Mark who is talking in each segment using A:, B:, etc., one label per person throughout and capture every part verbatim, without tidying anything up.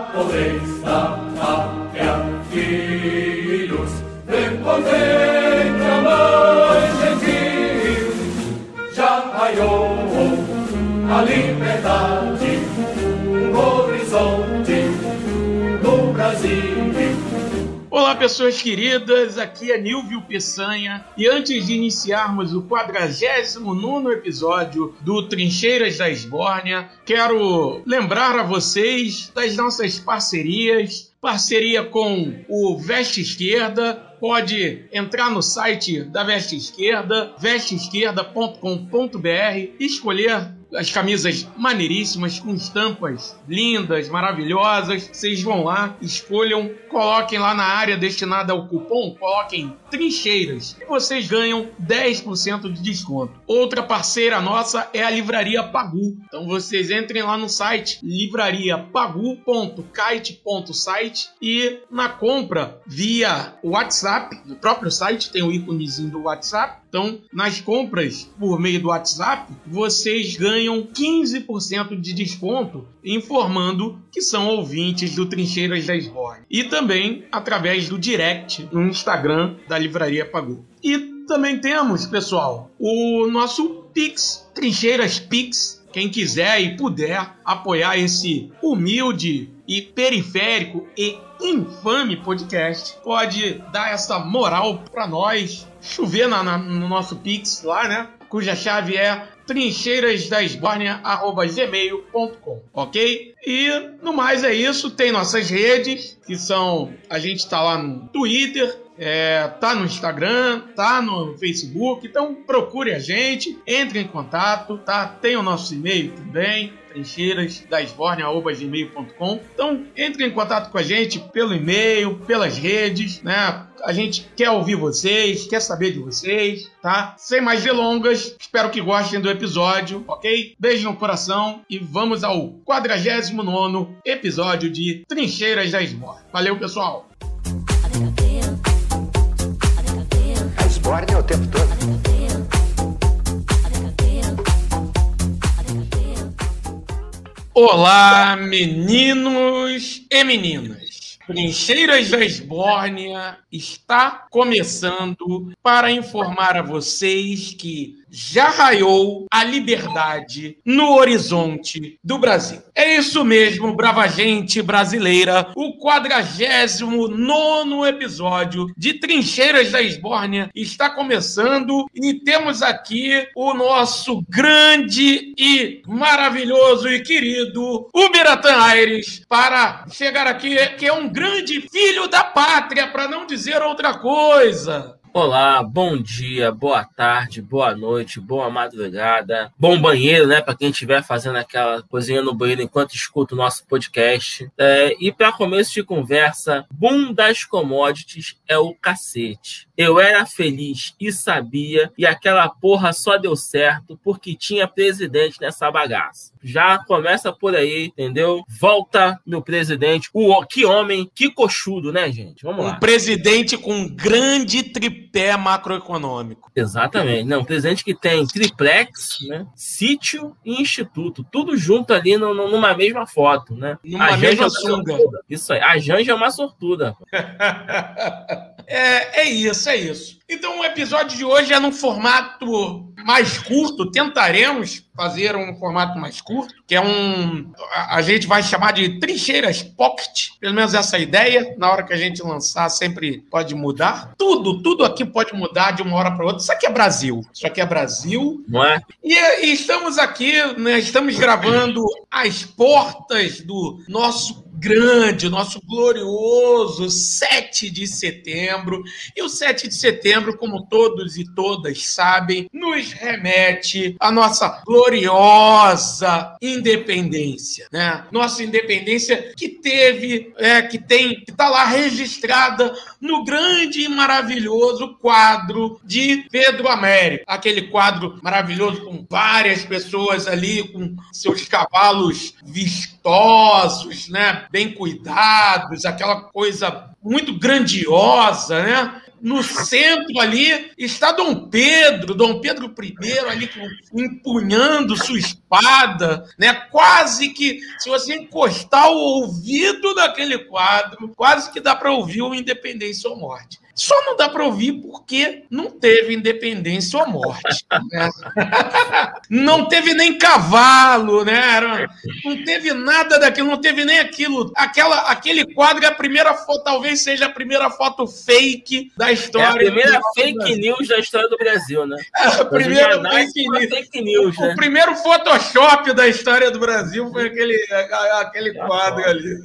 A: podreis dar pátria, filhos, recordei a mãe gentil, já raiou a liberdade, um horizonte no Brasil.
B: Olá, pessoas queridas, aqui é Nilvio Peçanha e antes de iniciarmos o quadragésimo nono episódio do Trincheiras da Esbórnia, quero lembrar a vocês das nossas parcerias, parceria com o Veste Esquerda. Pode entrar no site da Veste Esquerda, veste esquerda ponto com ponto b r, e escolher as camisas maneiríssimas, com estampas lindas, maravilhosas. Vocês vão lá, escolham, coloquem lá na área destinada ao cupom, coloquem Trincheiras e vocês ganham dez por cento de desconto. Outra parceira nossa é a Livraria Pagu. Então vocês entrem lá no site livraria pagu ponto kite ponto site e na compra via WhatsApp, no próprio site tem o íconezinho do WhatsApp. Então, nas compras por meio do WhatsApp, vocês ganham quinze por cento de desconto, informando que são ouvintes do Trincheiras da Esbórnia. E também através do direct no Instagram da Livraria Pagu. E também temos, pessoal, o nosso Pix, Trincheiras Pix. Quem quiser e puder apoiar esse humilde e periférico e infame podcast, pode dar essa moral para nós, chover na, na, no nosso Pix lá, né? Cuja chave é trincheiras da esbórnia arroba gmail ponto com, ok? E no mais é isso, tem nossas redes, que são, a gente tá lá no Twitter, é, tá no Instagram, tá no Facebook, então procure a gente, entre em contato, tá? Tem o nosso e-mail também, trincheiras da esbórnia arroba gmail ponto com. Então entre em contato com a gente pelo e-mail, pelas redes, né? A gente quer ouvir vocês, quer saber de vocês, tá? Sem mais delongas, espero que gostem do episódio, ok? Beijo no coração e vamos ao quadragésimo nono episódio de Trincheiras da Esbórnia. Valeu, pessoal!
C: A esbórnia é o tempo todo.
B: Olá, meninos e meninas! Trincheiras da Esbórnia está começando para informar a vocês que já raiou a liberdade no horizonte do Brasil. É isso mesmo, brava gente brasileira, o quadragésimo nono episódio de Trincheiras da Esbórnia está começando e temos aqui o nosso grande e maravilhoso e querido Ubiratã Aires para chegar aqui, que é um grande filho da pátria, para não dizer outra coisa.
D: Olá, bom dia, boa tarde, boa noite, boa madrugada, bom banheiro, né, para quem estiver fazendo aquela coisinha no banheiro enquanto escuta o nosso podcast. É, e para começo de conversa, boom das commodities é o cacete. Eu era feliz e sabia, e aquela porra só deu certo porque tinha presidente nessa bagaça. Já começa por aí, entendeu? Volta, meu presidente. O, que homem, que coxudo, né, gente? Vamos lá.
B: Um presidente com grande tripé macroeconômico.
D: Exatamente. Não, um presidente que tem triplex, né, sítio e instituto. Tudo junto ali no, no, numa mesma foto, né?
B: Numa mesma sunga.
D: Isso aí. A Janja é uma sortuda.
B: É, é isso, é isso. Então o episódio de hoje é num formato mais curto, tentaremos fazer um formato mais curto, que é um... A, a gente vai chamar de Trincheiras Pocket, pelo menos essa é a ideia. Na hora que a gente lançar sempre pode mudar. Tudo, tudo aqui pode mudar de uma hora para outra. Isso aqui é Brasil. Isso aqui é Brasil.
D: Não é?
B: E, e estamos aqui, né, estamos gravando às portas do nosso grande, nosso glorioso sete de setembro. E o sete de setembro, como todos e todas sabem, nos remete à nossa gloriosa independência, né? Nossa independência que teve, é, que tem, que está lá registrada no grande e maravilhoso quadro de Pedro Américo. Aquele quadro maravilhoso com várias pessoas ali, com seus cavalos vistosos, né? Bem cuidados, aquela coisa muito grandiosa, né? no centro ali está Dom Pedro, Dom Pedro I ali empunhando sua espada, né? Quase que, se você encostar o ouvido naquele quadro, quase que dá para ouvir o Independência ou Morte. Só não dá para ouvir porque não teve independência ou morte. Né? Não teve nem cavalo, né? Não teve nada daquilo, não teve nem aquilo. Aquela, aquele quadro, a primeira foto, talvez seja a primeira foto fake da história. É a
D: primeira fake news da história do Brasil, né?
B: É a primeira fake news. fake news. Né? O primeiro Photoshop da história do Brasil foi aquele, aquele quadro ali.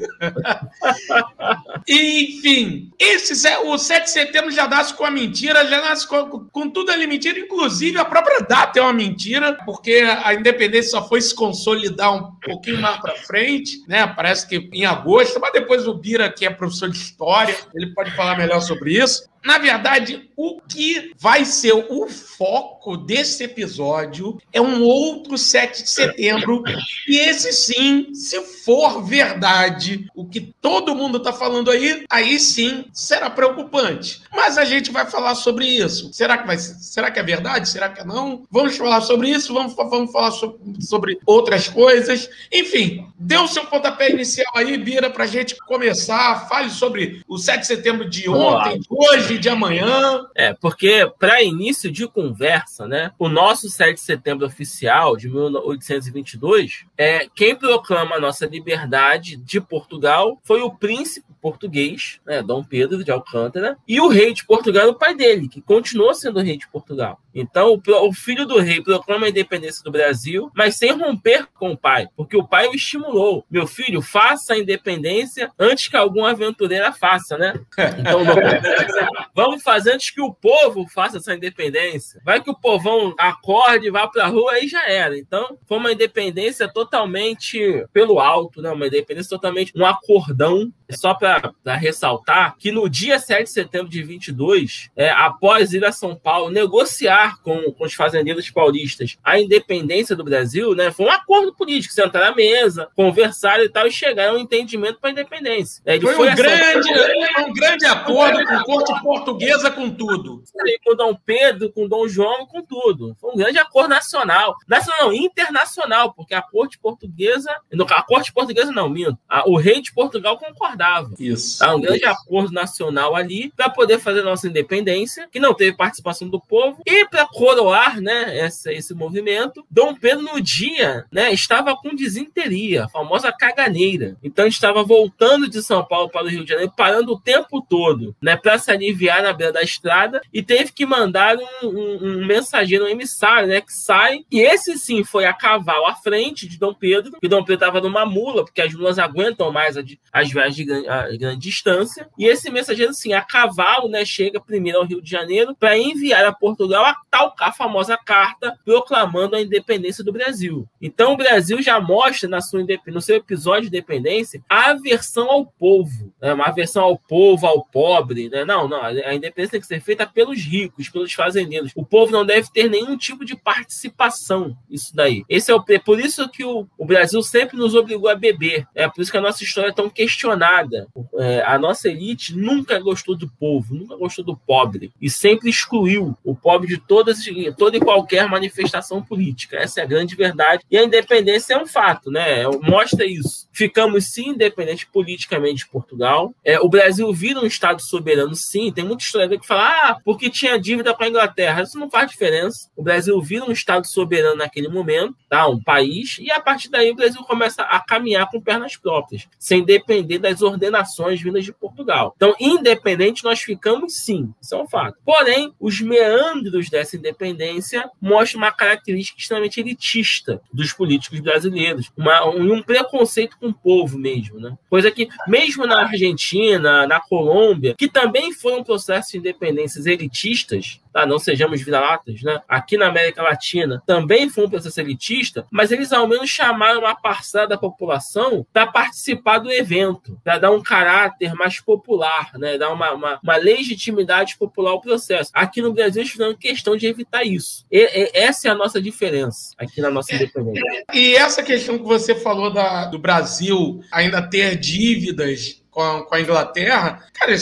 B: Enfim, esse, o sete de setembro já nasce com a mentira, já nasce com, com tudo ali mentira, inclusive a própria data é uma mentira, porque a independência só foi se consolidar um pouquinho mais para frente, né? Parece que em agosto, mas depois o Bira, que é professor de história, ele pode falar melhor sobre isso. Na verdade, o que vai ser o foco desse episódio é um outro sete de setembro, e esse sim, se for verdade, o que todo mundo está falando aí, aí sim será preocupante. Mas a gente vai falar sobre isso. Será que vai ser? Será que é verdade? Será que não? Vamos falar sobre isso, vamos, vamos falar sobre, sobre outras coisas. Enfim, dê o seu pontapé inicial aí, Bira, para a gente começar. Fale sobre o sete de setembro de ontem, de hoje, de amanhã.
D: É, porque para início de conversa, né, o nosso sete de setembro oficial de mil oitocentos e vinte e dois, é, quem proclama a nossa liberdade de Portugal foi o príncipe português, né, Dom Pedro de Alcântara, e o rei de Portugal, o pai dele, que continuou sendo o rei de Portugal. Então, o, o filho do rei proclama a independência do Brasil, mas sem romper com o pai, porque o pai o estimulou. Meu filho, faça a independência antes que algum aventureiro a faça, né? Então, não, vamos fazer antes que o povo faça essa independência. Vai que o povão acorde, vá pra rua, aí já era. Então, foi uma independência totalmente pelo alto, né? Uma independência totalmente um acordão. Só para ressaltar que no dia sete de setembro de vinte e dois, é, após ir a São Paulo negociar com, com os fazendeiros paulistas a independência do Brasil, né, foi um acordo político, sentaram à mesa, conversaram e tal, e chegaram a um entendimento para a independência. Ele
B: foi, foi um, grande, Paulo, um grande acordo com a corte portuguesa, com tudo.
D: Com Dom Pedro, com Dom João, com tudo. Foi um grande acordo nacional. Nacional, não, internacional, porque a corte portuguesa... A corte portuguesa não, minto. A, o rei de Portugal concordava.
B: Isso.
D: Há um grande isso. acordo nacional ali para poder fazer a nossa independência, que não teve participação do povo, e para coroar, né, esse, esse movimento, Dom Pedro no dia, né, estava com disenteria, a famosa caganeira. Então estava voltando de São Paulo para o Rio de Janeiro, parando o tempo todo, né, para se aliviar na beira da estrada, e teve que mandar um, um, um mensageiro, um emissário, né, que sai, e esse sim foi a cavalo à frente de Dom Pedro, que Dom Pedro estava numa mula, porque as mulas aguentam mais as viagens de grande, a grande distância, e esse mensageiro, assim, a cavalo, né, chega primeiro ao Rio de Janeiro para enviar a Portugal a tal a famosa carta proclamando a independência do Brasil. Então o Brasil já mostra na sua, no seu episódio de independência a aversão ao povo, né, uma aversão ao povo, ao pobre, né? Não, não, a independência tem que ser feita pelos ricos, pelos fazendeiros. O povo não deve ter nenhum tipo de participação, isso daí. Esse é o, é por isso que o, o Brasil sempre nos obrigou a beber, é por isso que a nossa história é tão questionada. É, a nossa elite nunca gostou do povo, nunca gostou do pobre, e sempre excluiu o pobre de todas, toda e qualquer manifestação política. Essa é a grande verdade, e a independência é um fato, né? Mostra isso. Ficamos sim independentes politicamente de Portugal. É, o Brasil vira um Estado soberano, sim. Tem muita historiador que fala, ah, porque tinha dívida com a Inglaterra. Isso não faz diferença. O Brasil vira um Estado soberano naquele momento, tá? Um país, e a partir daí o Brasil começa a caminhar com pernas próprias, sem depender das ordenações vindas de Portugal. Então, independente, nós ficamos sim, isso é um fato. Porém, os meandros dessa independência mostram uma característica extremamente elitista dos políticos brasileiros, uma, um, um preconceito com o povo mesmo, né? Coisa que, mesmo na Argentina, na Colômbia, que também foi um processo de independências elitistas, tá? Não sejamos vira-latas, né? Aqui na América Latina também foi um processo elitista, mas eles ao menos chamaram uma parcela da população para participar do evento, para dar um caráter mais popular, né? Dar uma, uma, uma legitimidade popular ao processo. Aqui no Brasil, eles fizeram questão de evitar isso. E, e, essa é a nossa diferença aqui na nossa independência.
B: E essa questão que você falou da, do Brasil ainda ter dívidas com a, com a Inglaterra, cara, isso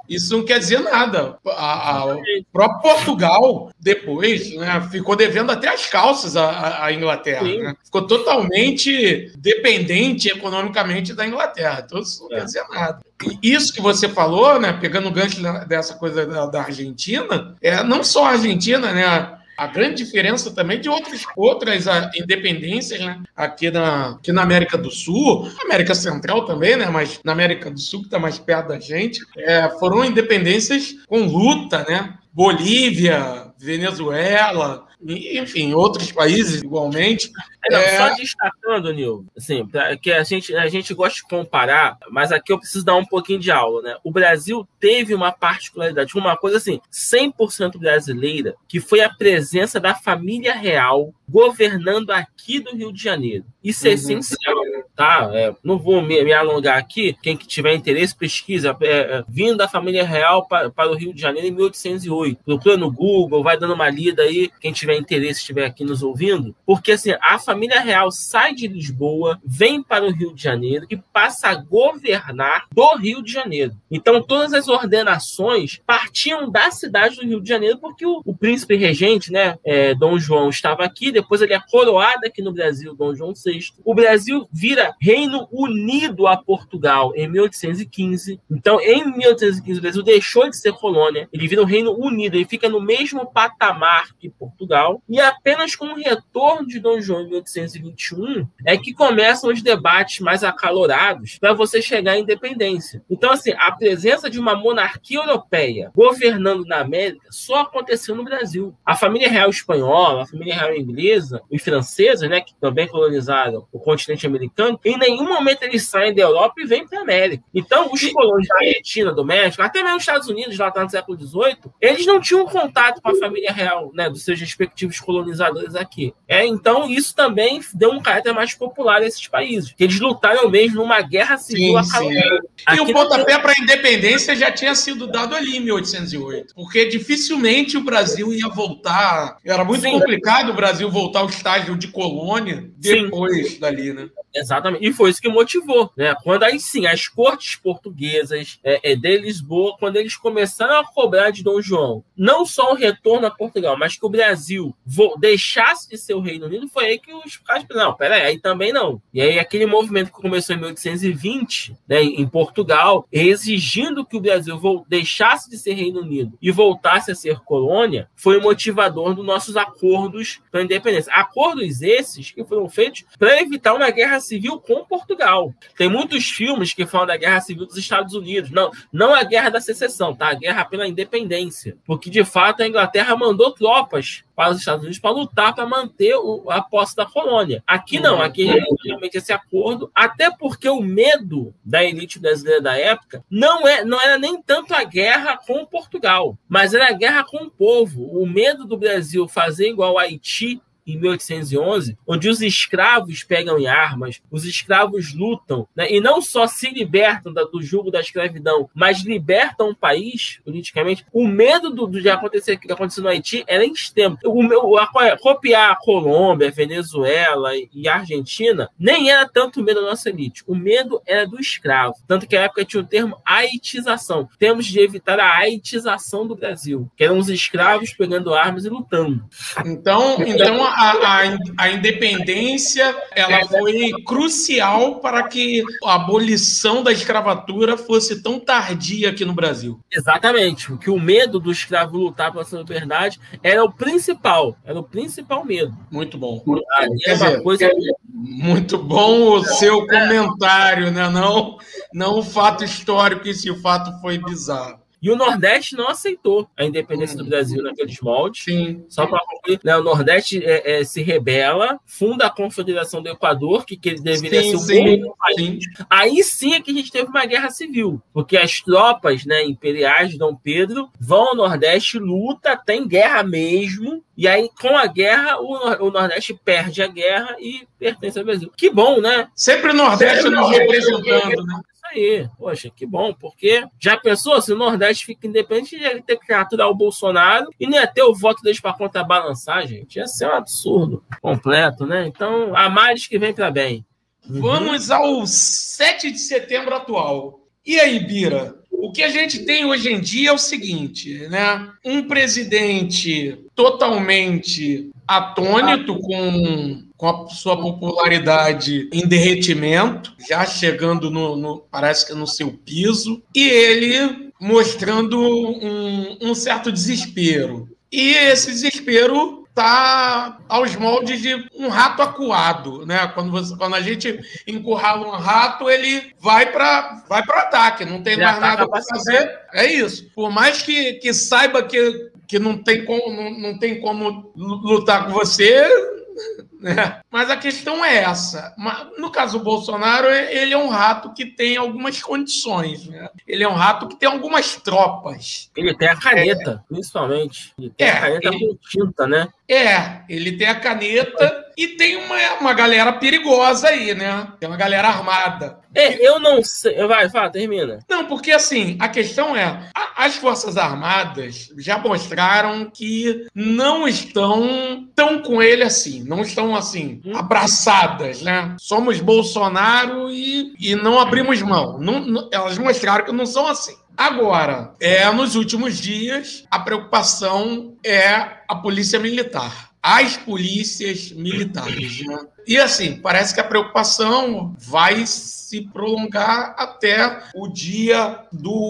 B: isso não quer dizer nada. A, a, o próprio Portugal, depois, né, ficou devendo até as calças à, à Inglaterra. Né? Ficou totalmente dependente economicamente da Inglaterra. Então, isso não é. quer dizer nada. E isso que você falou, né, pegando o gancho dessa coisa da, da Argentina, é não só a Argentina, né? A grande diferença também de outros, outras independências, né? Aqui na, aqui na América do Sul, América Central também, né? Mas na América do Sul, que está mais perto da gente, é, foram independências com luta, né? Bolívia, Venezuela, enfim, outros países igualmente.
D: Não,
B: é...
D: Só destacando, Nil, assim, que a gente, a gente gosta de comparar, mas aqui eu preciso dar um pouquinho de aula, né? O Brasil teve uma particularidade, uma coisa assim, cem por cento brasileira, que foi a presença da família real governando aqui do Rio de Janeiro. Isso é uhum. essencial, tá? É, não vou me, me alongar aqui, quem que tiver interesse, pesquisa, é, é, vindo da família real para, para o Rio de Janeiro em mil oitocentos e oito. Procura no Google, vai dando uma lida aí, quem tiver interesse, estiver aqui nos ouvindo, porque assim, a família real sai de Lisboa, vem para o Rio de Janeiro e passa a governar do Rio de Janeiro. Então, todas as ordenações partiam da cidade do Rio de Janeiro, porque o, o príncipe regente, né, é, Dom João, estava aqui, depois ele é coroado aqui no Brasil, Dom João sexto. O Brasil vira Reino Unido a Portugal em mil oitocentos e quinze. Então, em mil oitocentos e quinze, o Brasil deixou de ser colônia, ele vira um Reino Unido, ele fica no mesmo patamar que Portugal, e apenas com o retorno de Dom João em mil oitocentos e vinte e um é que começam os debates mais acalorados para você chegar à independência. Então, assim, a presença de uma monarquia europeia governando na América só aconteceu no Brasil. A família real espanhola, a família real inglesa e francesa, né, que também colonizaram o continente americano, em nenhum momento eles saem da Europa e vêm para a América. Então, os colônios da Argentina, do México, até mesmo os Estados Unidos, lá no século dezoito, eles não tinham contato com a família real, né, dos seus respectivos colonizadores aqui. É, então, isso também deu um caráter mais popular a esses países, que eles lutaram mesmo numa guerra civil acalorada.
B: E o pontapé para a independência já tinha sido dado ali em mil oitocentos e oito, porque dificilmente o Brasil ia voltar, era muito sim. complicado o Brasil voltar ao estágio de colônia depois sim. dali, né?
D: Exatamente, e foi isso que motivou, né? Quando aí sim, as cortes portuguesas é, é, de Lisboa, quando eles começaram a cobrar de Dom João, não só o retorno a Portugal, mas que o Brasil vo- deixasse de ser o Reino Unido, foi aí que os caras pensaram, não, peraí, aí também não. E aí aquele movimento que começou em mil oitocentos e vinte, né, em Portugal, exigindo que o Brasil vo- deixasse de ser Reino Unido e voltasse a ser colônia, foi o motivador dos nossos acordos para a independência. Acordos esses que foram feitos para evitar uma guerra civil com Portugal. Tem muitos filmes que falam da guerra civil dos Estados Unidos. Não, não a guerra da secessão, tá? A guerra pela independência. Porque, de fato, a Inglaterra mandou tropas para os Estados Unidos para lutar para manter o, a posse da colônia. Aqui não, aqui realmente esse acordo, até porque o medo da elite brasileira da época não, é, não era nem tanto a guerra com Portugal, mas era a guerra com o povo. O medo do Brasil fazer igual ao Haiti em mil oitocentos e onze, onde os escravos pegam em armas, os escravos lutam, né, e não só se libertam da, do jugo da escravidão, mas libertam o país, politicamente. O medo do, do de acontecer, que aconteceu no Haiti era extremo. O, o, a, copiar a Colômbia, a Venezuela e, e a Argentina, nem era tanto o medo da nossa elite. O medo era do escravo. Tanto que na época tinha o termo haitização. Temos de evitar a haitização do Brasil, que eram os escravos pegando armas e lutando.
B: Então, então a A, a, a independência ela foi crucial para que a abolição da escravatura fosse tão tardia aqui no Brasil.
D: Exatamente, porque o medo do escravo lutar pela sua liberdade era o principal, era o principal medo.
B: Muito bom.
D: Ah, é uma dizer, coisa...
B: Muito bom o seu comentário, né? Não, não o fato histórico, e se o fato foi bizarro.
D: E o Nordeste não aceitou a independência do Brasil naqueles moldes.
B: Sim.
D: Só para concluir, né, o Nordeste é, é, se rebela, funda a Confederação do Equador, que, que ele deveria
B: sim,
D: ser um
B: sim,
D: país. Sim. Aí sim é que a gente teve uma guerra civil, porque as tropas, né, imperiais de Dom Pedro vão ao Nordeste, luta, tem guerra mesmo, e aí com a guerra o, o Nordeste perde a guerra e pertence ao Brasil. Que bom, né?
B: Sempre o Nordeste Sempre nos representando, né?
D: Aí, poxa, que bom, porque já pensou, se o Nordeste fica independente, ia ter que capturar o Bolsonaro e não ia ter o voto deles para contrabalançar, gente. Ia ser um absurdo completo, né? Então, há males que vem para bem.
B: Uhum. Vamos ao sete de setembro atual. E aí, Bira? o que a gente tem hoje em dia é o seguinte, né? Um presidente totalmente atônito, com, com a sua popularidade em derretimento, já chegando no, no parece que no seu piso, e ele mostrando um, um certo desespero. E esse desespero está aos moldes de um rato acuado, né? Quando, você, quando a gente encurrala um rato, ele vai para vai para o ataque, não tem mais nada para fazer. É isso. Por mais que, que saiba que, que não, tem como, não, não tem como lutar com você, né? Mas a questão é essa. No caso do Bolsonaro, ele é um rato que tem algumas condições, né? Ele é um rato que tem algumas tropas.
D: Ele tem a caneta, é. principalmente. Ele tem é, a caneta ele... com tinta, né?
B: É, ele tem a caneta e tem uma, uma galera perigosa aí, né? Tem uma galera armada.
D: É, eu não sei. Vai, vai, termina.
B: Não, porque assim, a questão é, a, as Forças Armadas já mostraram que não estão tão com ele assim, não estão assim, hum. abraçadas, né? Somos Bolsonaro e, e não abrimos mão. Não, não, elas mostraram que não são assim. Agora, é, nos últimos dias, a preocupação é a polícia militar. As polícias militares, né? E assim, parece que a preocupação vai se prolongar até o dia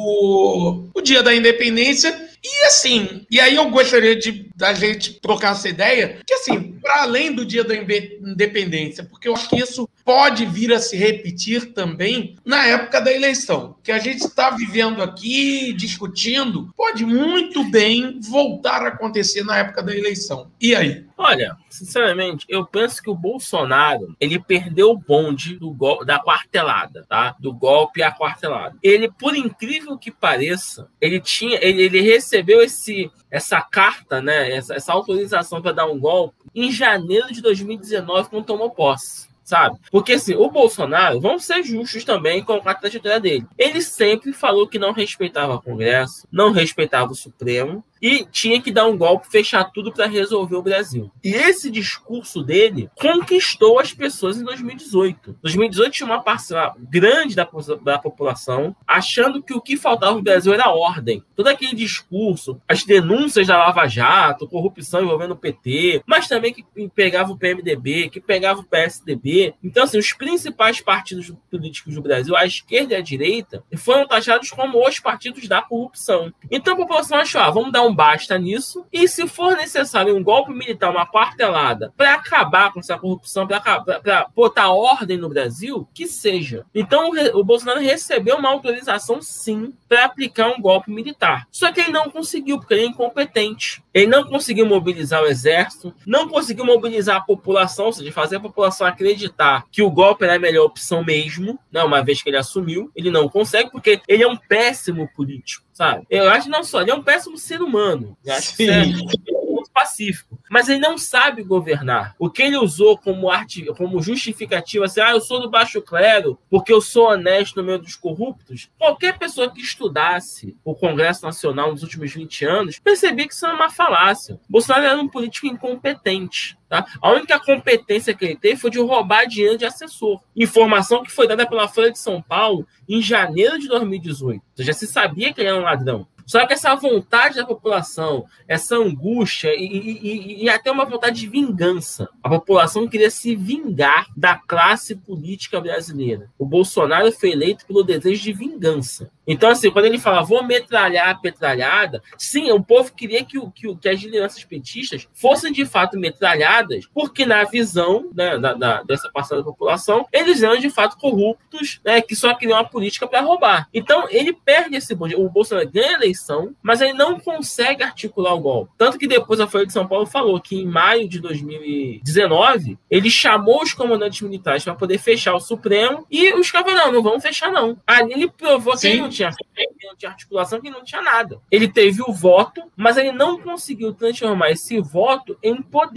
B: do o dia da independência. E assim, e aí eu gostaria de da gente trocar essa ideia, que assim, para além do dia da independência, porque eu acho que isso pode vir a se repetir também na época da eleição, que a gente está vivendo aqui, discutindo, pode muito bem voltar a acontecer na época da eleição. E aí?
D: Olha, sinceramente, eu penso que o Bolsonaro, ele perdeu o bonde do gol- da quartelada, tá? Do golpe à quartelada. Ele, por incrível que pareça, ele tinha, ele, ele recebeu esse, essa carta, né? Essa, essa autorização para dar um golpe em janeiro de dois mil e dezenove, quando tomou posse. Sabe? Porque assim, o Bolsonaro, vamos ser justos também com a trajetória dele. Ele sempre falou que não respeitava o Congresso, não respeitava o Supremo e tinha que dar um golpe, fechar tudo para resolver o Brasil. E esse discurso dele conquistou as pessoas em dois mil e dezoito. dois mil e dezoito tinha uma parcela grande da, da população achando que o que faltava no Brasil era ordem. Todo aquele discurso, as denúncias da Lava Jato, corrupção envolvendo o P T, mas também que pegava o P M D B, que pegava o P S D B. Então, assim, os principais partidos políticos do Brasil, a esquerda e a direita, foram taxados como os partidos da corrupção. Então a população achou, ah, vamos dar um basta nisso, e se for necessário um golpe militar, uma quartelada, para acabar com essa corrupção, para botar ordem no Brasil, que seja. Então o Bolsonaro recebeu uma autorização, sim, para aplicar um golpe militar. Só que ele não conseguiu, porque ele é incompetente. Ele não conseguiu mobilizar o exército, não conseguiu mobilizar a população, ou seja, fazer a população acreditar que o golpe era a melhor opção mesmo, né, uma vez que ele assumiu. Ele não consegue, porque ele é um péssimo político, sabe? Eu acho não só, ele é um péssimo ser humano. Eu acho que é muito pacífico. Mas ele não sabe governar. O que ele usou como, arte, como justificativa, assim, ah, eu sou do baixo clero, porque eu sou honesto no meio dos corruptos. Qualquer pessoa que estudasse o Congresso Nacional nos últimos vinte anos, percebia que isso é uma falácia. Bolsonaro era um político incompetente. Tá? A única competência que ele teve foi de roubar dinheiro de assessor. Informação que foi dada pela Folha de São Paulo em janeiro de dois mil e dezoito. Então já se sabia que ele era um ladrão. Só que essa vontade da população, essa angústia e, e, e, e até uma vontade de vingança. A população queria se vingar da classe política brasileira. O Bolsonaro foi eleito pelo desejo de vingança. Então, assim, quando ele fala, vou metralhar a petralhada, sim, o povo queria que, o, que, que as lideranças petistas fossem, de fato, metralhadas, porque na visão, né, da, da, dessa parcela da população, eles eram, de fato, corruptos, né, que só queriam uma política para roubar. Então, ele perde esse bonde. O Bolsonaro ganha a eleição, mas ele não consegue articular o golpe. Tanto que depois a Folha de São Paulo falou que, em maio de dois mil e dezenove, ele chamou os comandantes militares para poder fechar o Supremo, e os caras falaram, não, não vamos fechar, não. Ali ele provou que ele não tinha que não tinha articulação, que não tinha nada. Ele teve o voto, mas ele não conseguiu transformar esse voto em poder.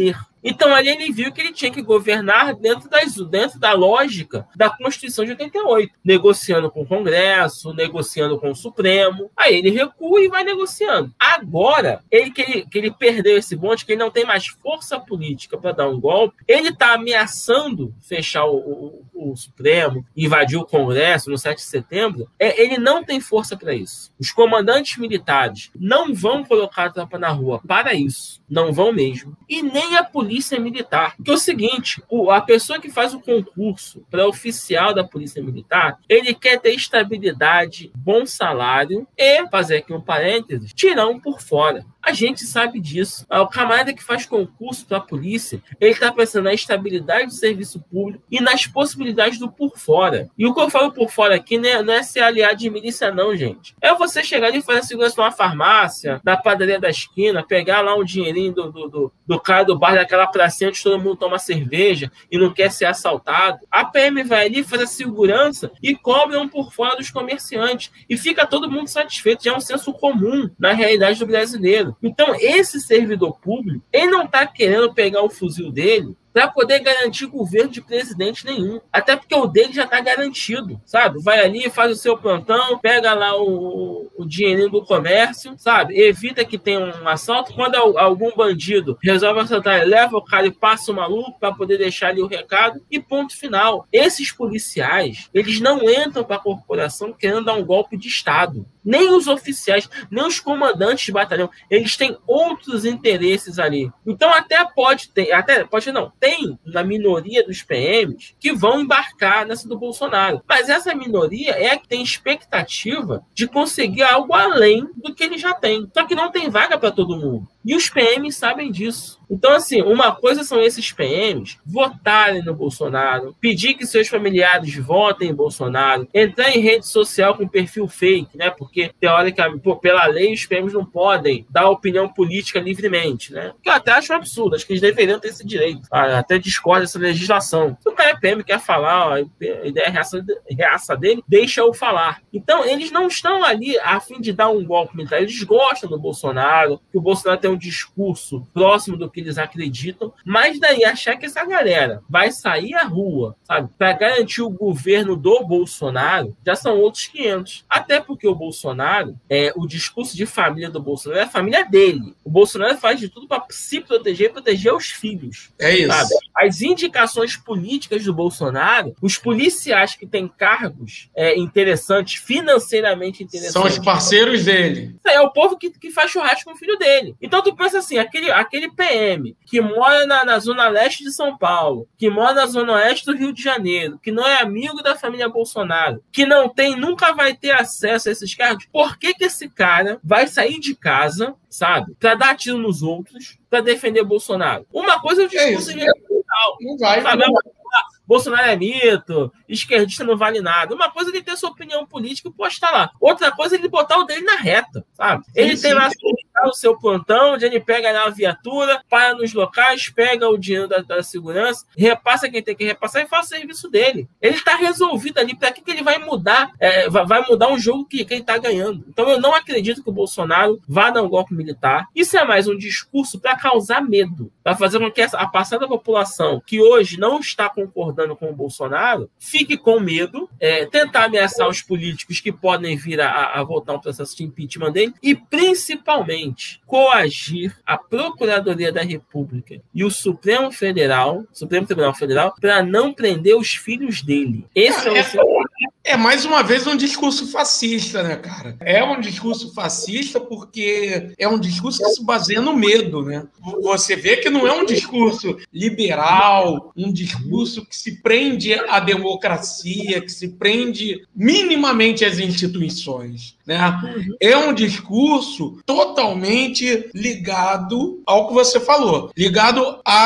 D: Então ali ele viu que ele tinha que governar dentro, das, dentro da lógica da Constituição de oitenta e oito, negociando com o Congresso, negociando com o Supremo. Aí ele recua e vai negociando. Agora, ele que ele, que ele perdeu esse bonde, que ele não tem mais força política para dar um golpe, ele está ameaçando fechar o, o, o Supremo, invadir o Congresso no sete de setembro. É, ele não tem força para isso. Os comandantes militares não vão colocar a tropa na rua para isso. Não vão mesmo. E nem a polícia militar. Porque é o seguinte, o, a pessoa que faz o concurso para oficial da polícia militar, ele quer ter estabilidade, bom salário e, fazer aqui um parênteses, tirar um por fora. A gente sabe disso. O camarada que faz concurso para a polícia, ele está pensando na estabilidade do serviço público e nas possibilidades do por fora. E o que eu falo por fora aqui não é, não é ser aliado de milícia, não, gente. É você chegar ali e fazer segurança numa farmácia, da padaria da esquina, pegar lá um dinheirinho do, do, do, do cara do bar, daquela pracinha onde todo mundo toma cerveja e não quer ser assaltado. A P M vai ali, faz a segurança e cobra um por fora dos comerciantes. E fica todo mundo satisfeito. Já é um senso comum na realidade do brasileiro. Então, esse servidor público, ele não está querendo pegar o fuzil dele para poder garantir governo de presidente nenhum. Até porque o dele já está garantido, sabe? Vai ali, faz o seu plantão, pega lá o, o dinheirinho do comércio, sabe? Evita que tenha um assalto. Quando algum bandido resolve assaltar, ele leva o cara e passa o maluco para poder deixar ali o recado e ponto final. Esses policiais, eles não entram para a corporação querendo dar um golpe de Estado. Nem os oficiais, nem os comandantes de batalhão, eles têm outros interesses ali. Então até pode ter, até pode não, tem na minoria dos P Ms que vão embarcar nessa do Bolsonaro. Mas essa minoria é a que tem expectativa de conseguir algo além do que ele já tem. Só que não tem vaga para todo mundo. E os P Ms sabem disso. Então, assim, uma coisa são esses P Ms votarem no Bolsonaro, pedir que seus familiares votem em Bolsonaro, entrar em rede social com perfil fake, né? Porque, teoricamente, pô, pela lei, os P Ms não podem dar opinião política livremente, né? Que eu até acho um absurdo, acho que eles deveriam ter esse direito. Até discordo dessa legislação. Se o cara é P M, quer falar, ó, a ideia é reaça, reaça dele, deixa-o falar. Então, eles não estão ali a fim de dar um golpe militar, eles gostam do Bolsonaro, que o Bolsonaro tem um discurso próximo do que eles acreditam, mas daí achar que essa galera vai sair à rua, sabe, para garantir o governo do Bolsonaro, já são outros quinhentos. Até porque o Bolsonaro, é, o discurso de família do Bolsonaro é a família dele. O Bolsonaro faz de tudo para se proteger e proteger os filhos.
B: É isso.
D: Sabe? As indicações políticas do Bolsonaro, os policiais que têm cargos é, interessantes, financeiramente interessantes,
B: são os parceiros dele.
D: É o povo que, que faz churrasco com o filho dele. Então tu pensa assim, aquele, aquele P M que mora na, na zona leste de São Paulo, que mora na zona oeste do Rio de Janeiro, que não é amigo da família Bolsonaro, que não tem, nunca vai ter acesso a esses cargos, por que que esse cara vai sair de casa, sabe, para dar tiro nos outros, para defender Bolsonaro? Uma coisa é o discurso
B: é
D: de
B: não vai,
D: sabe?
B: não vai.
D: Bolsonaro é mito, esquerdista não vale nada. Uma coisa é ele ter sua opinião política e postar lá. Outra coisa é ele botar o dele na reta, sabe? Ele sim, tem lá sim. o seu plantão, onde ele pega lá a viatura, para nos locais, pega o dinheiro da, da segurança, repassa quem tem que repassar e faz o serviço dele. Ele está resolvido ali. Para que, que ele vai mudar? É, vai mudar um jogo que, que ele está ganhando. Então eu não acredito que o Bolsonaro vá dar um golpe militar. Isso é mais um discurso para causar medo, para fazer com que a passada população, que hoje não está concordando com o Bolsonaro, fique com medo, é, tentar ameaçar os políticos que podem vir a, a votar um processo de impeachment dele e, principalmente, coagir a Procuradoria da República e o Supremo Federal, Supremo Tribunal Federal, para não prender os filhos dele. Esse é, é o seu...
B: É mais uma vez um discurso fascista, né, cara? É um discurso fascista porque é um discurso que se baseia no medo, né? Você vê que não é um discurso liberal, um discurso que se prende à democracia, que se prende minimamente às instituições, né? É um discurso totalmente ligado ao que você falou, ligado a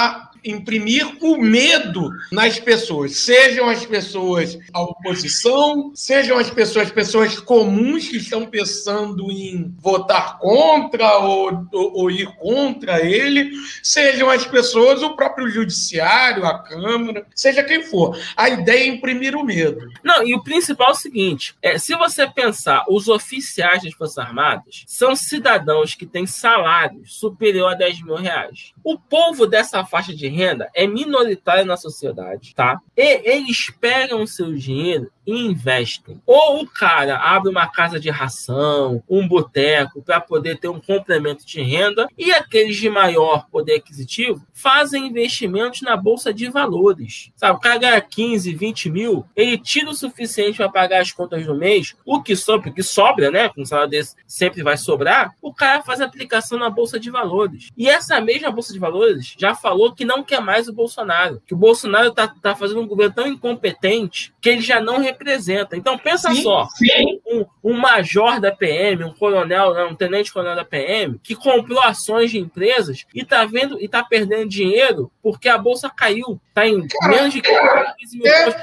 B: imprimir o medo nas pessoas, sejam as pessoas a oposição, sejam as pessoas, pessoas comuns que estão pensando em votar contra ou, ou, ou ir contra ele, sejam as pessoas, o próprio judiciário, a Câmara, seja quem for. A ideia é imprimir o medo.
D: Não, e o principal é o seguinte, é, se você pensar, os oficiais das Forças Armadas são cidadãos que têm salários superior a dez mil reais. O povo dessa faixa de renda é minoritário na sociedade, tá? E eles pegam o seu dinheiro e investem. Ou o cara abre uma casa de ração, um boteco, para poder ter um complemento de renda, e aqueles de maior poder aquisitivo fazem investimentos na Bolsa de Valores. Sabe, o cara ganha quinze, vinte mil, ele tira o suficiente para pagar as contas do mês, o que sobra, o que sobra, né? Com um salário desse sempre vai sobrar, o cara faz aplicação na Bolsa de Valores. E essa mesma Bolsa de Valores já falou que não quer mais o Bolsonaro, que o Bolsonaro tá, tá fazendo um governo tão incompetente que ele já não representa. Então pensa sim, só, sim. Um, um major da P M, um coronel, um tenente-coronel da P M, que comprou ações de empresas e tá vendo e tá perdendo dinheiro porque a bolsa caiu, tá em cara, menos de quinze mil reais.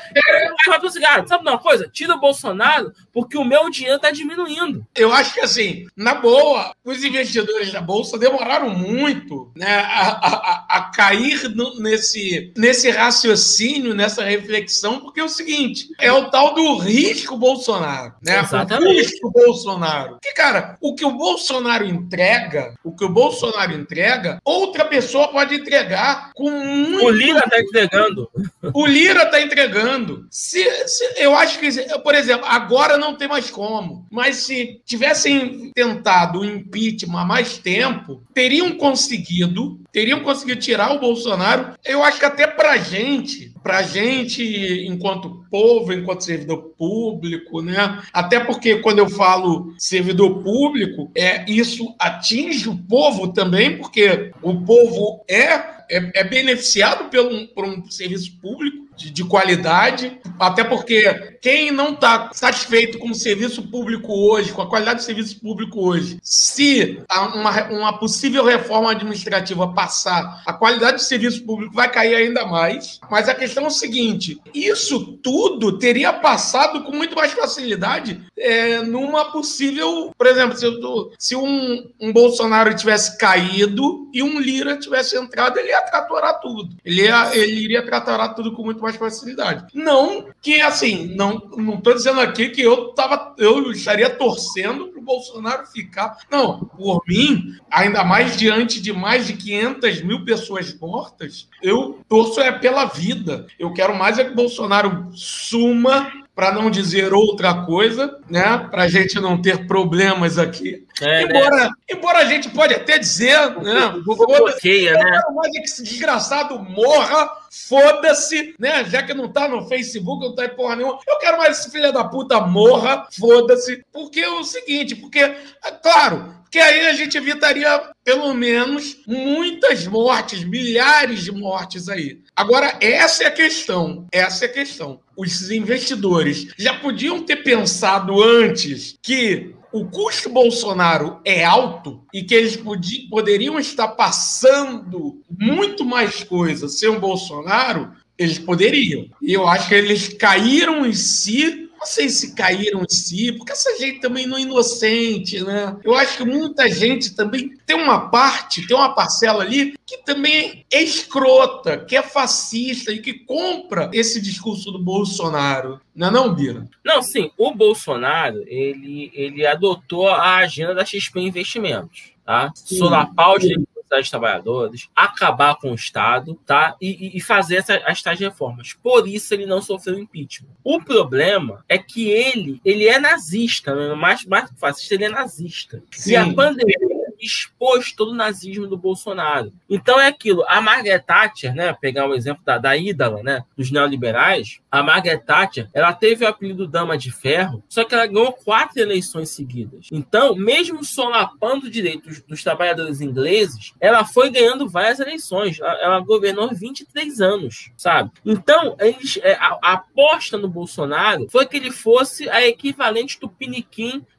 D: É, sabe uma coisa? Tira o Bolsonaro porque o meu dinheiro tá diminuindo.
B: Eu acho que assim, na boa, os investidores da bolsa demoraram muito, né, a, a, a cair no, nesse, nesse raciocínio, nessa reflexão, porque é o seguinte, é o tal do risco Bolsonaro, né?
D: Exatamente.
B: O risco Bolsonaro. Porque, cara, o que o Bolsonaro entrega, o que o Bolsonaro entrega, outra pessoa pode entregar com muito...
D: O Lira tá entregando.
B: O Lira tá entregando. Se, se, eu acho que, por exemplo, agora não tem mais como, mas se tivessem tentado o impeachment há mais tempo, teriam conseguido, teriam conseguido tirar o Bolsonaro. Eu acho que até pra gente, pra gente, enquanto povo, enquanto servidor público, né? Até porque quando eu falo servidor público, é, isso atinge o povo também, porque o povo é, é, é beneficiado pelo, por um serviço público de, de qualidade, até porque quem não está satisfeito com o serviço público hoje, com a qualidade do serviço público hoje, se uma, uma possível reforma administrativa passar, a qualidade do serviço público vai cair ainda mais. Mas a questão é o seguinte, isso tudo teria passado com muito mais facilidade é, numa possível... Por exemplo, se, eu, se um, um Bolsonaro tivesse caído e um Lira tivesse entrado, ele ia tratorar tudo. Ele, ia, ele iria tratorar tudo com muito mais facilidade. Não que, assim, não não estou dizendo aqui que eu, tava, eu estaria torcendo para o Bolsonaro ficar. Não, por mim, ainda mais diante de mais de quinhentas mil pessoas mortas, eu torço é pela vida. Eu quero mais é que o Bolsonaro suma, para não dizer outra coisa, né? Para a gente não ter problemas aqui. É, embora, né? embora a gente pode até dizer, né?
D: O Google bloqueia, né?
B: Mas é que esse desgraçado morra, foda-se, né? Já que não tá no Facebook, não tá em porra nenhuma. Eu quero mais esse filho da puta morra, foda-se. Porque é o seguinte, porque, é claro, que aí a gente evitaria, pelo menos, muitas mortes, milhares de mortes aí. Agora, essa é a questão. Essa é a questão. Os investidores já podiam ter pensado antes que o custo Bolsonaro é alto e que eles podiam, poderiam estar passando muito mais coisa sem o Bolsonaro, eles poderiam. E eu acho que eles caíram em si. Não sei se caíram em si, porque essa gente também não é inocente, né? Eu acho que muita gente também tem uma parte, tem uma parcela ali que também é escrota, que é fascista e que compra esse discurso do Bolsonaro. Não é não, Bira?
D: Não, sim. O Bolsonaro, ele, ele adotou a agenda da X P Investimentos, tá? Solapar os direitos dos trabalhadores, acabar com o Estado, tá? E, e fazer essa, as tais reformas. Por isso ele não sofreu impeachment. O problema é que ele, ele é nazista, né? mais, mais que fascista, ele é nazista. Sim. E a pandemia expôs todo o nazismo do Bolsonaro. Então é aquilo, a Margaret Thatcher, né, pegar o exemplo da, da ídola, né, dos neoliberais, a Margaret Thatcher, ela teve o apelido Dama de Ferro, só que ela ganhou quatro eleições seguidas. Então, mesmo solapando direitos dos trabalhadores ingleses, ela foi ganhando várias eleições. Ela, ela governou vinte e três anos, sabe? Então, eles, a, a aposta no Bolsonaro foi que ele fosse a equivalente do Piniquim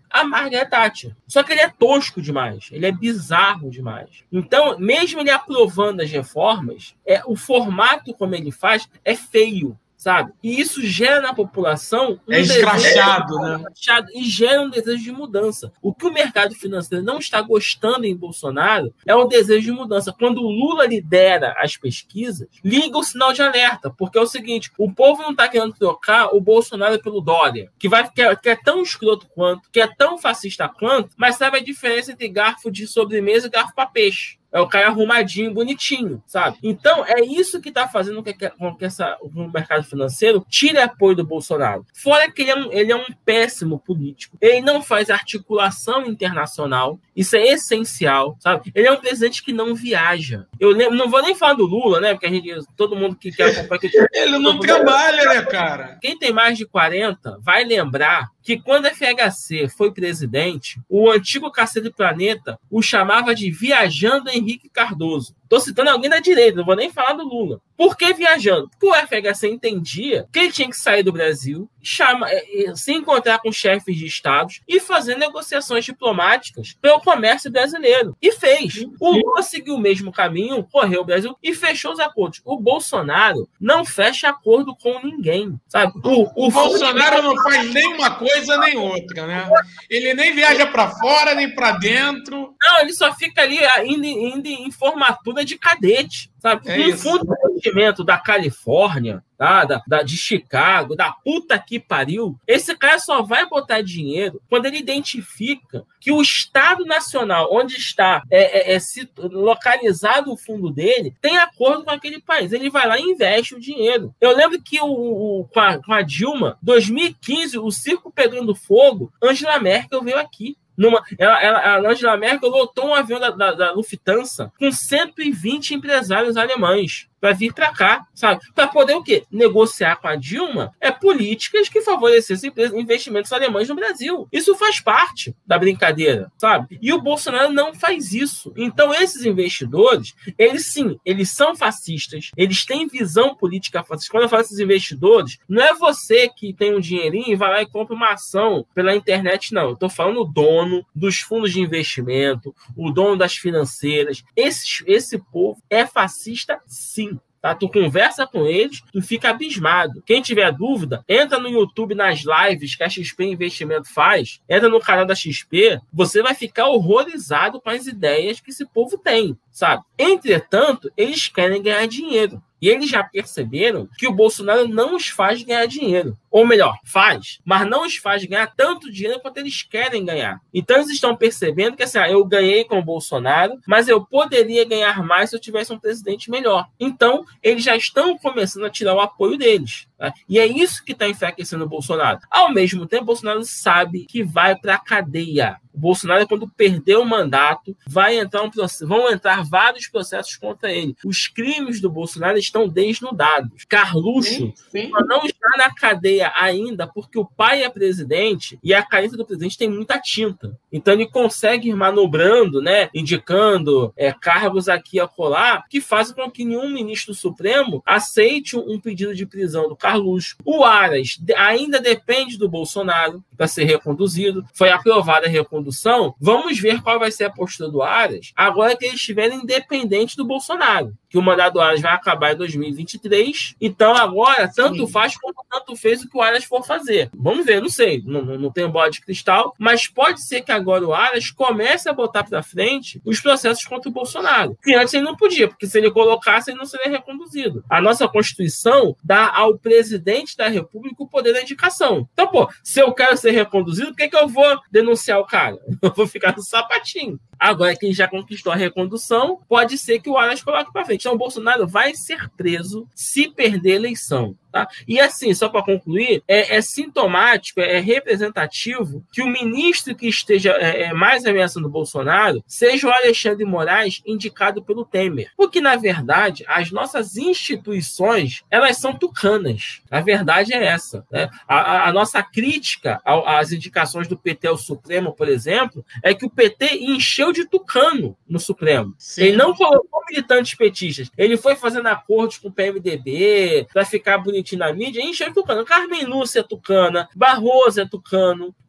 D: a Margaret Thatcher. Só que ele é tosco demais, ele é bizarro demais. Então, mesmo ele aprovando as reformas, é, o formato como ele faz é feio. Sabe? E isso gera na população um
B: é escrachado,
D: desejo,
B: né?
D: escrachado, e gera um desejo de mudança. O que o mercado financeiro não está gostando em Bolsonaro é o desejo de mudança. Quando o Lula lidera as pesquisas, liga o sinal de alerta, porque é o seguinte, o povo não está querendo trocar o Bolsonaro pelo Dória, que, vai, que, é, que é tão escroto quanto, que é tão fascista quanto, mas sabe a diferença entre garfo de sobremesa e garfo para peixe. É o cara arrumadinho, bonitinho, sabe? Então, é isso que está fazendo com que, com que essa, o mercado financeiro tire apoio do Bolsonaro. Fora que ele é, um, ele é um péssimo político. Ele não faz articulação internacional. Isso é essencial, sabe? Ele é um presidente que não viaja. Eu lembro, não vou nem falar do Lula, né? Porque a gente, todo mundo que quer acompanhar... Que...
B: Ele não trabalha, né, cara?
D: Quem tem mais de quarenta vai lembrar que quando a F H C foi presidente, o antigo Cacete do Planeta o chamava de Viajando Henrique Cardoso. Estou citando alguém da direita, não vou nem falar do Lula. Por que viajando? Porque o F H C entendia que ele tinha que sair do Brasil, chama, se encontrar com chefes de estados e fazer negociações diplomáticas para o comércio brasileiro. E fez. O Lula seguiu o mesmo caminho, correu o Brasil e fechou os acordos. O Bolsonaro não fecha acordo com ninguém, sabe?
B: O, o Bolsonaro não faz nem uma coisa nem outra, né? Ele nem viaja para fora, nem para dentro.
D: Não, ele só fica ali indo, indo em formatura de cadete, sabe?
B: É
D: um
B: isso.
D: fundo de investimento da Califórnia, tá? da, da, de Chicago, da puta que pariu, esse cara só vai botar dinheiro quando ele identifica que o Estado Nacional, onde está é, é, é, localizado o fundo dele, tem acordo com aquele país. Ele vai lá e investe o dinheiro. Eu lembro que o, o, com, a, com a Dilma, dois mil e quinze, o circo pegando fogo, Angela Merkel veio aqui. Numa, ela, ela, a Angela Merkel lotou um avião da, da, da Lufthansa com cento e vinte empresários alemães para vir para cá, sabe? Para poder o quê? Negociar com a Dilma é políticas que favorecessem investimentos alemães no Brasil. Isso faz parte da brincadeira, sabe? E o Bolsonaro não faz isso. Então, esses investidores, eles sim, eles são fascistas, eles têm visão política fascista. Quando eu falo esses investidores, não é você que tem um dinheirinho e vai lá e compra uma ação pela internet, não. Eu estou falando o dono dos fundos de investimento, o dono das financeiras. Esse, esse povo é fascista, sim. Tá? Tu conversa com eles, tu fica abismado. Quem tiver dúvida, entra no YouTube nas lives que a X P Investimento faz, entra no canal da X P, você vai ficar horrorizado com as ideias que esse povo tem, sabe? Entretanto, eles querem ganhar dinheiro. E eles já perceberam que o Bolsonaro não os faz ganhar dinheiro. Ou melhor, faz, mas não os faz ganhar tanto dinheiro quanto eles querem ganhar. Então eles estão percebendo que assim, ah, eu ganhei com o Bolsonaro, mas eu poderia ganhar mais se eu tivesse um presidente melhor. Então, eles já estão começando a tirar o apoio deles. Tá? E é isso que está enfraquecendo o Bolsonaro. Ao mesmo tempo, o Bolsonaro sabe que vai para a cadeia. O Bolsonaro, quando perder o mandato, vai entrar um processo, vão entrar vários processos contra ele. Os crimes do Bolsonaro estão desnudados. Carluxo sim, sim. não está na cadeia ainda porque o pai é presidente e a caneta do presidente tem muita tinta. Então ele consegue ir manobrando, né, indicando é, cargos aqui e acolá, que fazem com que nenhum ministro do Supremo aceite um pedido de prisão do Carluxo. O Aras ainda depende do Bolsonaro para ser reconduzido. Foi aprovada a recondução. Vamos ver qual vai ser a postura do Aras agora que ele estiver independente do Bolsonaro. Que o mandato do Aras vai acabar em dois mil e vinte e três. Então agora, tanto Sim. faz como tanto fez o que o Aras for fazer. Vamos ver, não sei. Não, não, não tenho bola de cristal. Mas pode ser que agora o Aras comece a botar para frente os processos contra o Bolsonaro. Que antes ele não podia, porque se ele colocasse, ele não seria reconduzido. A nossa Constituição dá ao presidente da República o poder da indicação. Então, pô, se eu quero ser reconduzido, por que, que eu vou denunciar o cara? Eu vou ficar no sapatinho. Agora que ele já conquistou a recondução, pode ser que o Aras coloque para frente. Então, o Bolsonaro vai ser preso se perder a eleição. Tá? E assim, só para concluir, é, é sintomático, é representativo que o ministro que esteja é, é, mais ameaçando o Bolsonaro seja o Alexandre de Moraes, indicado pelo Temer. Porque, na verdade, as nossas instituições, elas são tucanas. A verdade é essa. Né? A, a, a nossa crítica ao, às indicações do P T ao Supremo, por exemplo, é que o P T encheu de tucano no Supremo. Sim. Ele não colocou militantes petistas. Ele foi fazendo acordos com o P M D B para ficar bonitinho na mídia, encheu de tucano. Carmen Lúcia é tucana, Barroso é tucano,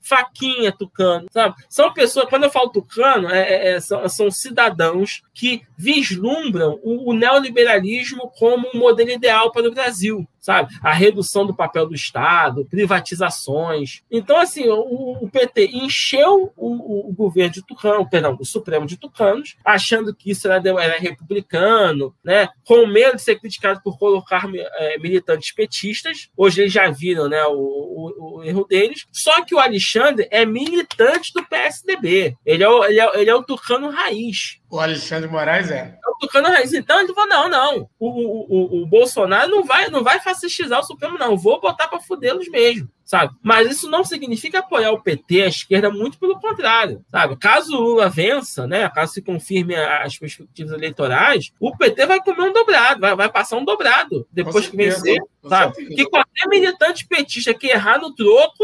D: Faquinha Tucano, sabe? São pessoas, quando eu falo tucano, é, é, são, são cidadãos que vislumbram o, o neoliberalismo como um modelo ideal para o Brasil, sabe? A redução do papel do Estado, privatizações. Então, assim, o, o P T encheu o, o governo de Tucano, perdão, o Supremo de tucanos, achando que isso era, era republicano, né? Com medo de ser criticado por colocar é, militantes petistas. Hoje eles já viram, né, o, o, o erro deles. Só que o Alexandre é militante do P S D B. Ele é o, ele é, ele é o tucano raiz.
B: O Alexandre Moraes é.
D: É o tucano raiz. Então ele falou, não, não. O, o, o, o Bolsonaro não vai, não vai fascistizar o Supremo, não. Vou botar para fudê-los mesmo, sabe? Mas isso não significa apoiar o P T, a esquerda, muito pelo contrário, sabe? Caso o Lula vença, né, caso se confirme as perspectivas eleitorais, o P T vai comer um dobrado, vai, vai passar um dobrado depois que vencer, sabe? Que qualquer militante petista que errar no troco,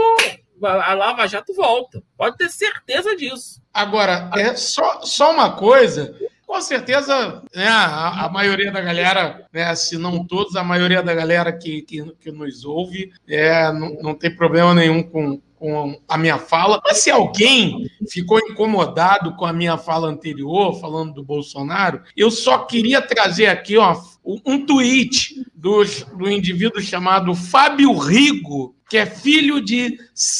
D: a Lava Jato volta. Pode ter certeza disso.
B: Agora, é só, só uma coisa... Com certeza, né, a, a maioria da galera, né, se não todos, a maioria da galera que, que, que nos ouve é, não, não tem problema nenhum com, com a minha fala. Mas se alguém ficou incomodado com a minha fala anterior, falando do Bolsonaro, eu só queria trazer aqui ó, um tweet do, do indivíduo chamado Fábio Rigo, que é filho de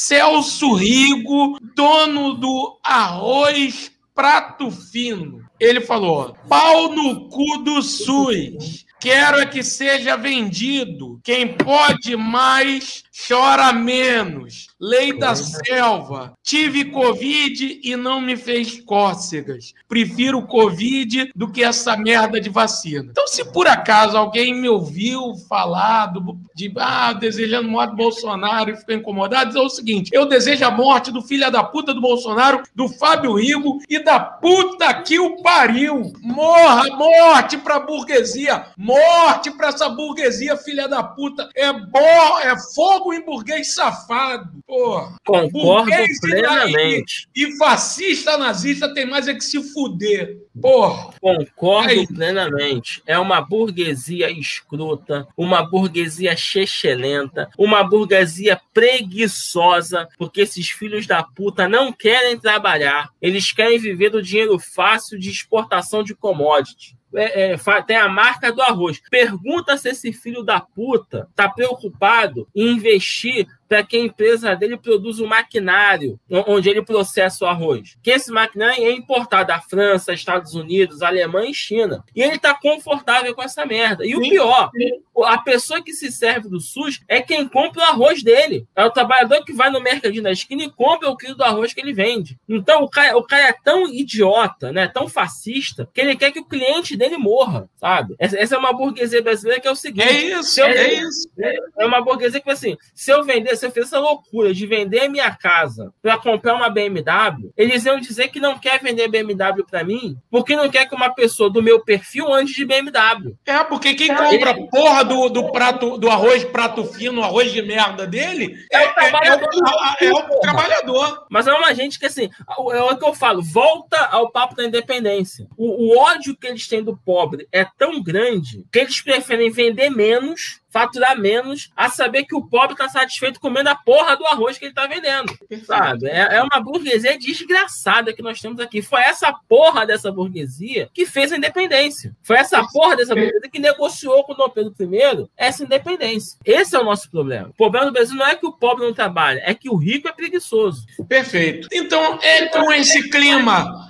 B: Celso Rigo, dono do Arroz Prato Fino. Ele falou, pau no cu do SUS. Quero é que seja vendido. Quem pode mais, chora menos. Lei da selva. Tive Covid e não me fez cócegas. Prefiro Covid do que essa merda de vacina. Então, se por acaso alguém me ouviu falar do, de ah, desejando morte do Bolsonaro e ficou incomodado, é o seguinte, eu desejo a morte do filho da puta do Bolsonaro, do Fábio Rigo e da puta que o pariu. Morra, morte pra burguesia. Morte pra essa burguesia, filha da puta. É bom, é fogo em burguês safado. Porra.
D: Concordo plenamente.
B: E, e fascista nazista tem mais é que se fuder. Porra.
D: Concordo é plenamente. É uma burguesia escrota, uma burguesia chechelenta, uma burguesia preguiçosa, porque esses filhos da puta não querem trabalhar. Eles querem viver do dinheiro fácil de exportação de commodity. É, é, tem a marca do arroz. Pergunta se esse filho da puta tá preocupado em investir para que a empresa dele produza um maquinário onde ele processa o arroz. Que esse maquinário é importado da França, Estados Unidos, Alemanha e China. E ele tá confortável com essa merda. E o pior, a pessoa que se serve do SUS é quem compra o arroz dele. É o trabalhador que vai no mercadinho da esquina e compra o quilo do arroz que ele vende. Então o cara, o cara é tão idiota, né, tão fascista, que ele quer que o cliente dele morra, sabe? Essa, essa é uma burguesia brasileira que é o seguinte...
B: É isso,
D: eu,
B: é isso.
D: É uma burguesia que, assim, se eu vender, se eu fizer essa loucura de vender a minha casa para comprar uma B M W, eles iam dizer que não quer vender B M W para mim, porque não quer que uma pessoa do meu perfil ande de B M W.
B: É, porque quem compra a porra do, do, prato, do arroz prato fino, arroz de merda dele, é, é, o, trabalhador, é, é, é o trabalhador.
D: Mas é uma gente que, assim, é o que eu falo, volta ao papo da independência. O, o ódio que eles têm do pobre é tão grande que eles preferem vender menos, faturar menos, a saber que o pobre está satisfeito comendo a porra do arroz que ele está vendendo, sabe? É, é uma burguesia desgraçada que nós temos aqui. Foi essa porra dessa burguesia que fez a independência. Foi essa porra dessa burguesia que negociou com o Dom Pedro I essa independência. Esse é o nosso problema. O problema do Brasil não é que o pobre não trabalha, é que o rico é preguiçoso.
B: Perfeito. Então, é com esse clima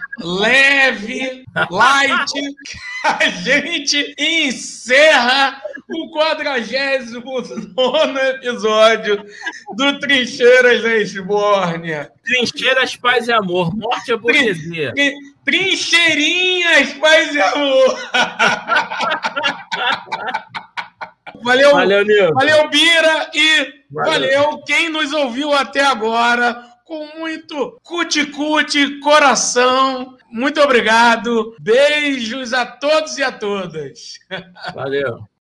B: leve, light, a gente encerra o quadragésimo nono episódio do Trincheiras da Esbórnia.
D: Trincheiras, paz e amor. Morte à burguesia.
B: Trin, trincheirinhas, paz e amor. Valeu, valeu, Nilson. Valeu, Bira, e valeu. valeu quem nos ouviu até agora. Com muito cuti-cuti, coração. Muito obrigado. Beijos a todos e a todas.
D: Valeu.